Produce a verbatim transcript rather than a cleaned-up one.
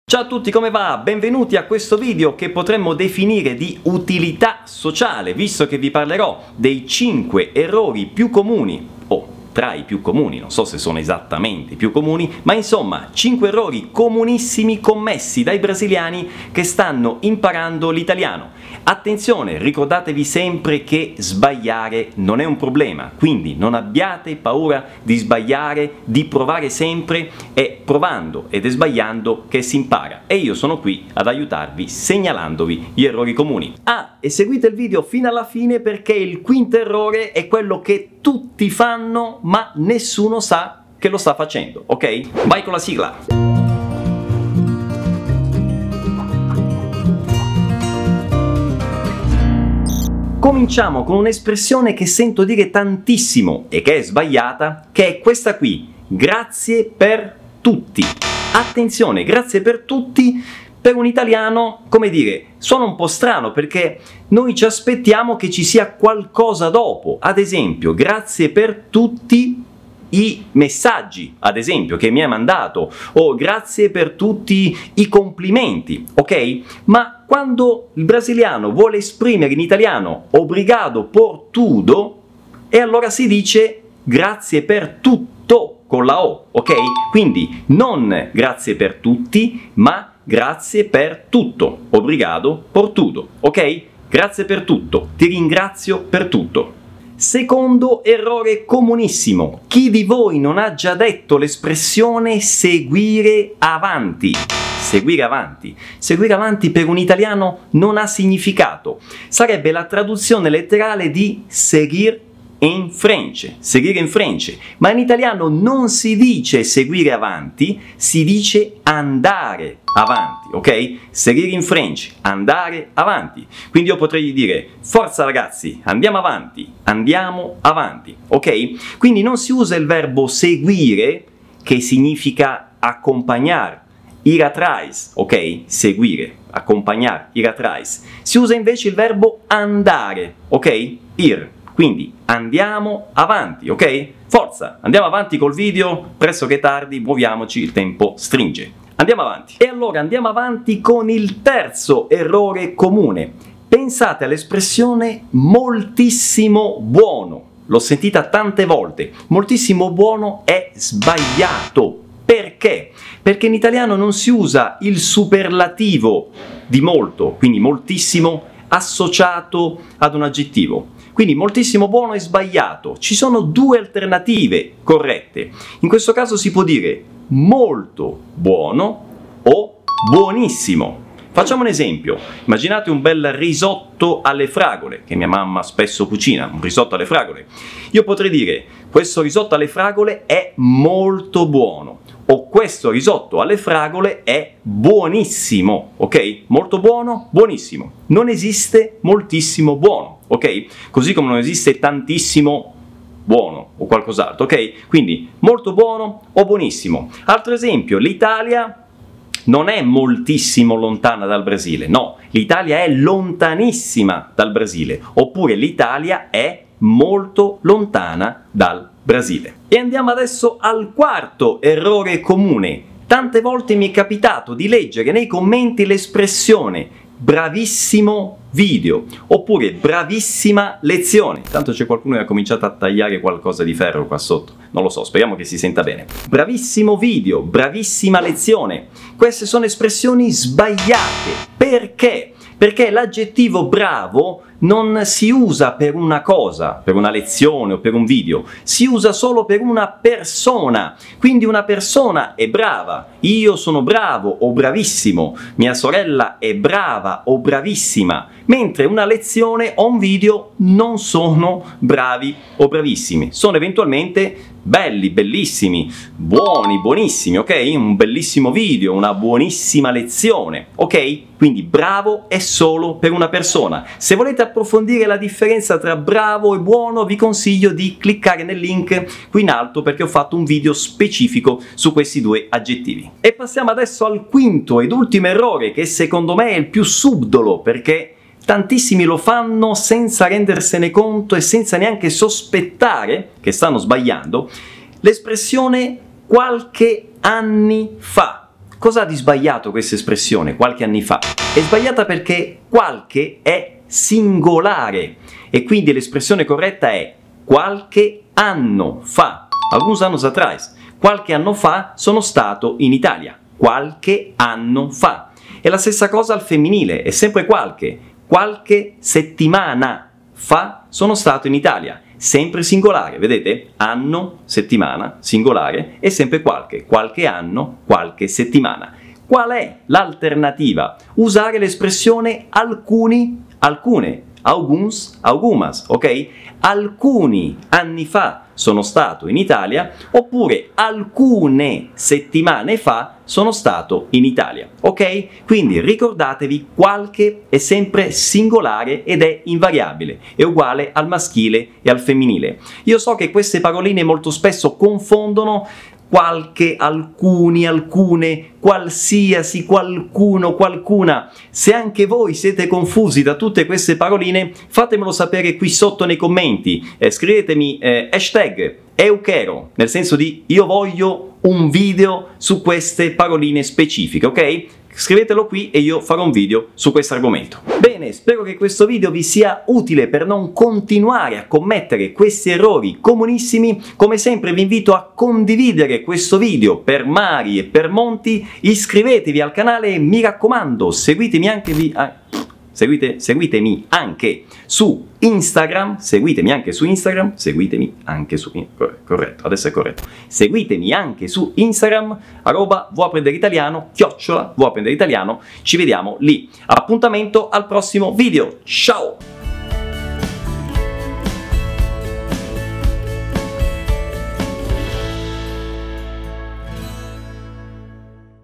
Ciao a tutti, come va? Benvenuti a questo video che potremmo definire di utilità sociale, visto che vi parlerò dei cinque errori più comuni, o tra i più comuni, non so se sono esattamente i più comuni, ma insomma cinque errori comunissimi commessi dai brasiliani che stanno imparando l'italiano. Attenzione, ricordatevi sempre che sbagliare non è un problema, quindi non abbiate paura di sbagliare, di provare sempre, è provando ed è sbagliando che si impara. E io sono qui ad aiutarvi segnalandovi gli errori comuni. Ah, e seguite il video fino alla fine perché il quinto errore è quello che tutti fanno ma nessuno sa che lo sta facendo, ok? Vai con la sigla! Cominciamo con un'espressione che sento dire tantissimo e che è sbagliata, che è questa qui: grazie per tutti. Attenzione, grazie per tutti per un italiano, come dire, suona un po' strano perché noi ci aspettiamo che ci sia qualcosa dopo. Ad esempio, grazie per tutti i messaggi, ad esempio, che mi hai mandato, o grazie per tutti i complimenti, ok? Ma quando il brasiliano vuole esprimere in italiano obrigado por tudo, e allora si dice grazie per tutto con la O, ok? Quindi non grazie per tutti, ma grazie per tutto, obrigado por tudo, ok? Grazie per tutto, ti ringrazio per tutto. Secondo errore comunissimo, chi di voi non ha già detto l'espressione seguire avanti? Seguire avanti. Seguire avanti per un italiano non ha significato. Sarebbe la traduzione letterale di seguir in frente, seguire in frente, ma in italiano non si dice seguire avanti, si dice andare avanti, ok? Seguire in frente, andare avanti. Quindi io potrei dire forza ragazzi, andiamo avanti, andiamo avanti, ok? Quindi non si usa il verbo seguire, che significa accompagnare, ir atrás, ok? Seguire, accompagnare, ir atrás. Si usa invece il verbo andare, ok? Ir. Quindi andiamo avanti, ok? Forza, andiamo avanti col video, pressoché tardi, muoviamoci, il tempo stringe. Andiamo avanti. E allora andiamo avanti con il terzo errore comune. Pensate all'espressione moltissimo buono. L'ho sentita tante volte. Moltissimo buono è sbagliato. Perché? Perché in italiano non si usa il superlativo di molto, quindi moltissimo, associato ad un aggettivo. Quindi moltissimo buono è sbagliato. Ci sono due alternative corrette. In questo caso si può dire molto buono o buonissimo. Facciamo un esempio. Immaginate un bel risotto alle fragole, che mia mamma spesso cucina, un risotto alle fragole. Io potrei dire questo risotto alle fragole è molto buono. O questo risotto alle fragole è buonissimo, ok? Molto buono, buonissimo. Non esiste moltissimo buono, ok? Così come non esiste tantissimo buono o qualcos'altro, ok? Quindi molto buono o buonissimo. Altro esempio, l'Italia non è moltissimo lontana dal Brasile, no, l'Italia è lontanissima dal Brasile, oppure l'Italia è molto lontana dal Brasile. E andiamo adesso al quarto errore comune. Tante volte mi è capitato di leggere nei commenti l'espressione bravissimo video oppure bravissima lezione. Tanto c'è qualcuno che ha cominciato a tagliare qualcosa di ferro qua sotto, non lo so, speriamo che si senta bene. Bravissimo video, bravissima lezione. Queste sono espressioni sbagliate. Perché? Perché l'aggettivo bravo non si usa per una cosa, per una lezione o per un video, si usa solo per una persona. Quindi una persona è brava, io sono bravo o bravissimo, mia sorella è brava o bravissima, mentre una lezione o un video non sono bravi o bravissimi, sono eventualmente belli, bellissimi, buoni, buonissimi, ok? Un bellissimo video, una buonissima lezione, ok? Quindi bravo è solo per una persona. Se volete approfondire la differenza tra bravo e buono, vi consiglio di cliccare nel link qui in alto perché ho fatto un video specifico su questi due aggettivi. E passiamo adesso al quinto ed ultimo errore, che secondo me è il più subdolo perché tantissimi lo fanno senza rendersene conto e senza neanche sospettare che stanno sbagliando, l'espressione qualche anni fa. Cosa ha di sbagliato questa espressione qualche anni fa? È sbagliata perché qualche è singolare e quindi l'espressione corretta è qualche anno fa, algunos años atrás. Qualche anno fa sono stato in Italia. Qualche anno fa. E la stessa cosa al femminile, è sempre qualche. Qualche settimana fa sono stato in Italia. Sempre singolare, vedete? Anno, settimana, singolare, e sempre qualche. Qualche anno, qualche settimana. Qual è l'alternativa? Usare l'espressione alcuni, alcune, alguns, algumas, ok? Alcuni anni fa sono stato in Italia, oppure alcune settimane fa sono stato in Italia, ok? Quindi ricordatevi, qualche è sempre singolare ed è invariabile, è uguale al maschile e al femminile. Io so che queste paroline molto spesso confondono qualche, alcuni, alcune, qualsiasi, qualcuno, qualcuna. Se anche voi siete confusi da tutte queste paroline, fatemelo sapere qui sotto nei commenti. Eh, scrivetemi eh, hashtag Euchero, nel senso di io voglio un video su queste paroline specifiche, ok? Scrivetelo qui e io farò un video su questo argomento. Bene, spero che questo video vi sia utile per non continuare a commettere questi errori comunissimi. Come sempre vi invito a condividere questo video per mari e per monti, iscrivetevi al canale e mi raccomando, seguitemi anche vi... Ah. Seguite, seguitemi anche su Instagram, seguitemi anche su Instagram, seguitemi anche su... corretto, adesso è corretto. Seguitemi anche su Instagram, arroba vuoi apprendere italiano, chiocciola vuoi apprendere italiano, ci vediamo lì. Appuntamento al prossimo video, ciao!